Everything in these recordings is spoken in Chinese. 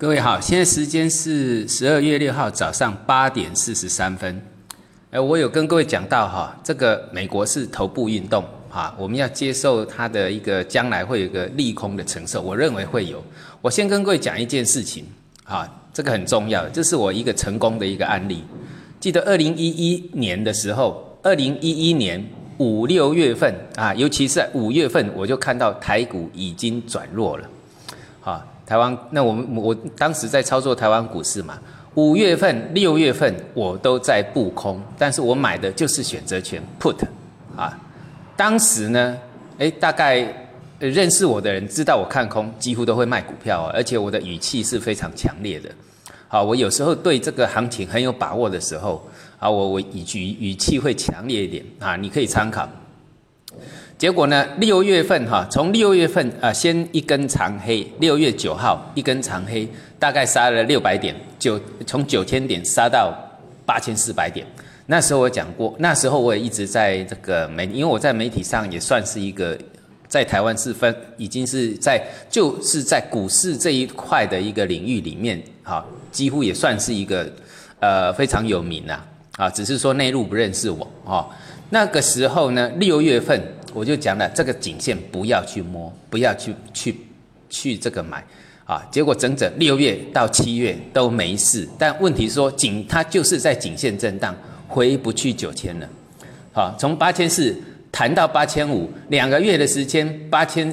各位好，现在时间是12月6号早上8点43分。我有跟各位讲到哈，这个美国是头部运动哈，我们要接受它的一个将来会有一个利空的承受，我认为会有。我先跟各位讲一件事情哈，这个很重要，这是我一个成功的一个案例。记得2011年的时候，2011年5、6月份啊，尤其是在5月份，我就看到台股已经转弱了。好，台湾，那我当时在操作台湾股市嘛，5月份、6月份我都在布空，但是我买的就是选择权 put 啊。当时呢，大概认识我的人知道我看空，几乎都会卖股票，而且我的语气是非常强烈的。好，我有时候对这个行情很有把握的时候，啊，我语气会强烈一点啊，你可以参考。结果呢，6月份哈，从6月份先一根长黑，6月9号一根长黑，大概杀了600点，从9000点杀到8400点。那时候我讲过，那时候我也一直在这个因为我在媒体上也算是一个，在台湾已经是就是在股市这一块的一个领域里面，哈，几乎也算是一个非常有名啊，只是说内陆不认识我哦。那个时候呢，6月份我就讲了，这个颈线不要去摸，不要去这个买啊。结果整整6月到7月都没事，但问题说它就是在颈线震荡，回不去9000了。好，从8400谈到8500，2个月的时间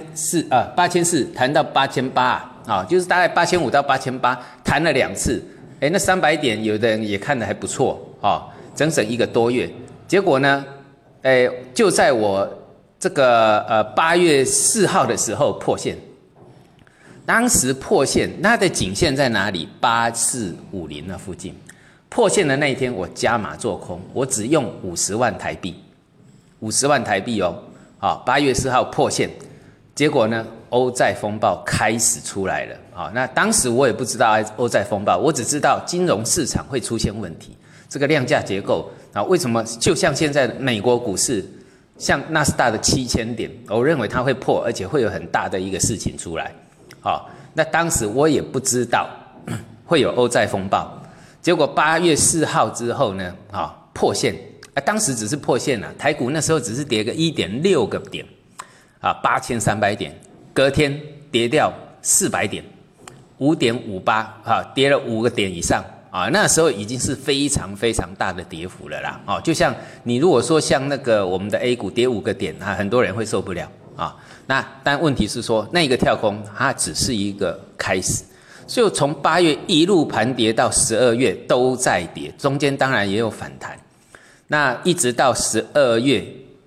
，8400谈到8800啊，就是大概8500到8800，谈了2次。那300点有的人也看得还不错啊，整整1个多月。结果呢，就在我这个8月4号的时候破线，当时破线，它的颈线在哪里？8450那附近。破线的那一天，我加码做空，我只用50万台币，50万台币哦。好，8月4号破线，结果呢，欧债风暴开始出来了。好，那当时我也不知道欧债风暴，我只知道金融市场会出现问题，这个量价结构啊，为什么就像现在美国股市，像纳斯达的7000点，我认为它会破，而且会有很大的一个事情出来。好，那当时我也不知道会有欧债风暴。结果8月4号之后呢，破线，当时只是破线台股那时候只是跌个 1.6 个点，8300点，隔天跌掉400点，5.58跌了5个点以上那时候已经是非常非常大的跌幅了啦就像你如果说像那个我们的 A 股跌5个点很多人会受不了但问题是说那个跳空它只是一个开始。所以从8月一路盘跌到12月都在跌，中间当然也有反弹。那一直到12月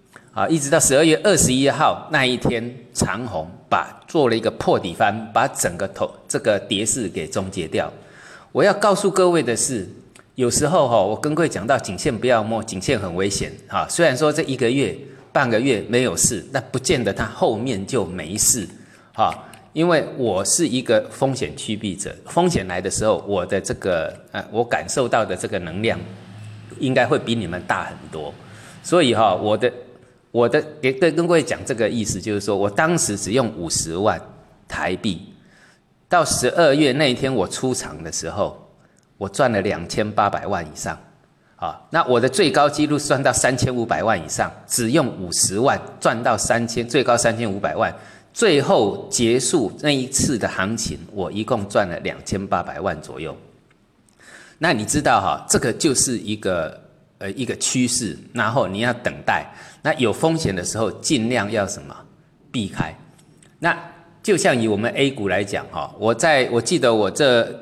21号那一天，长虹做了一个破底翻，把整个这个跌势给终结掉。我要告诉各位的是，有时候我跟各位讲到颈线不要摸，颈线很危险虽然说这1个月、半个月没有事，那不见得它后面就没事因为我是一个风险趋避者，风险来的时候，我的这个我感受到的这个能量，应该会比你们大很多。所以我跟各位讲这个意思，就是说我当时只用50万台币，到12月那一天我出场的时候，我赚了2800万以上那我的最高纪录赚到3500万以上，只用50万赚到最高3500万。最后结束那一次的行情，我一共赚了2800万左右。那你知道这个就是一个趋势，然后你要等待。那有风险的时候，尽量要什么避开。那就像以我们 A 股来讲我记得我这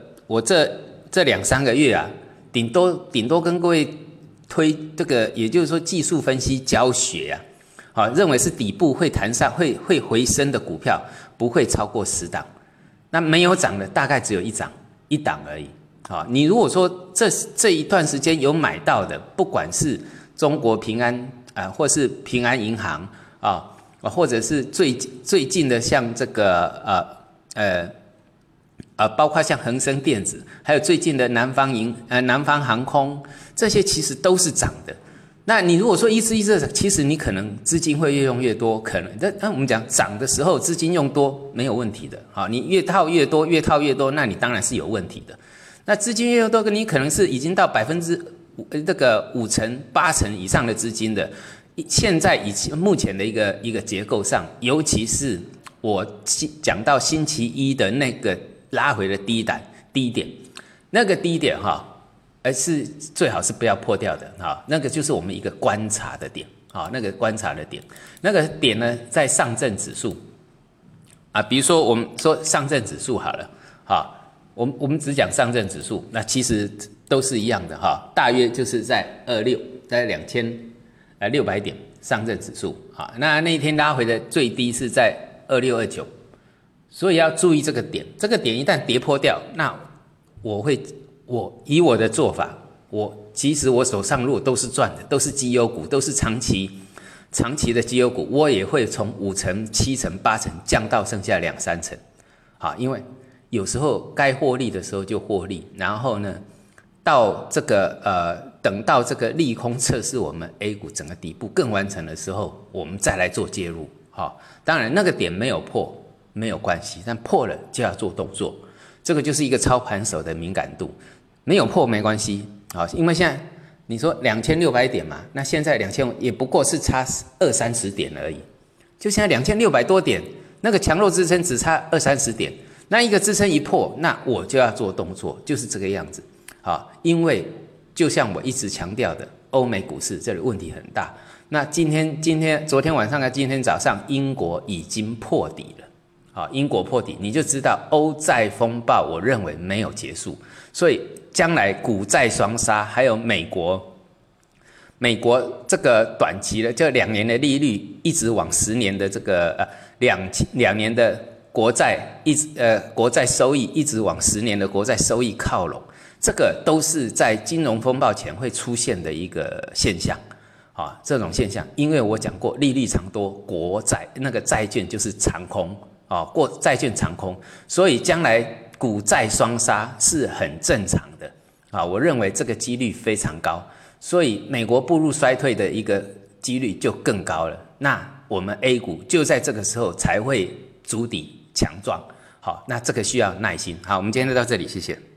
2-3个月顶多跟各位推这个，也就是说技术分析教学认为是底部会弹上会回升的股票不会超过10档，那没有涨的大概只有一档而已你如果说这一段时间有买到的，不管是中国平安或是平安银行或者是最近的像这个包括像恒生电子，还有最近的南方航空，这些其实都是涨的。 那你如果说一次一次，其实你可能资金会越用越多，可能那我们讲涨的时候资金用多没有问题的，好，你越套越多，越套越多，那你当然是有问题的。那资金越多，你可能是已经到5%这个5成8成以上的资金的，现在目前的一个结构上，尤其是我讲到星期一的那个拉回的低点，那个低点哈。是最好是不要破掉的哈，那个就是我们一个观察的点啊，那个观察的点，那个点呢在上证指数啊，比如说我们说上证指数好了，好，我们只讲上证指数，那其实都是一样的哈，大约就是在在2600点上证指数啊，那一天拉回的最低是在2629，所以要注意这个点一旦跌破掉，那我以我的做法，其实我手上如果都是赚的，都是绩优股，都是长期的绩优股，我也会从5成、7成、8成降到剩下2-3成，好，因为有时候该获利的时候就获利，然后呢，到这个等到这个利空测试我们 A 股整个底部更完成的时候，我们再来做介入，好，当然那个点没有破没有关系，但破了就要做动作，这个就是一个操盘手的敏感度。没有破没关系，好，因为现在你说2600点嘛，那现在2000也不过是差20-30点而已，就现在2600多点，那个强弱支撑只差20-30点，那一个支撑一破，那我就要做动作，就是这个样子，好，因为就像我一直强调的，欧美股市这里问题很大，那昨天晚上跟今天早上，英国已经破底了。好，英国破底，你就知道欧债风暴，我认为没有结束，所以将来股债双杀，还有美国这个短期的，就2年的利率一直往10年的这个两年的国债国债收益一直往10年的国债收益靠拢，这个都是在金融风暴前会出现的一个现象。啊，这种现象，因为我讲过，利率长多，国债那个债券就是长空。债券长空，所以将来股债双杀是很正常的啊，我认为这个几率非常高，所以美国步入衰退的一个几率就更高了。那我们 A 股就在这个时候才会筑底强壮。好，那这个需要耐心。好，我们今天就到这里，谢谢。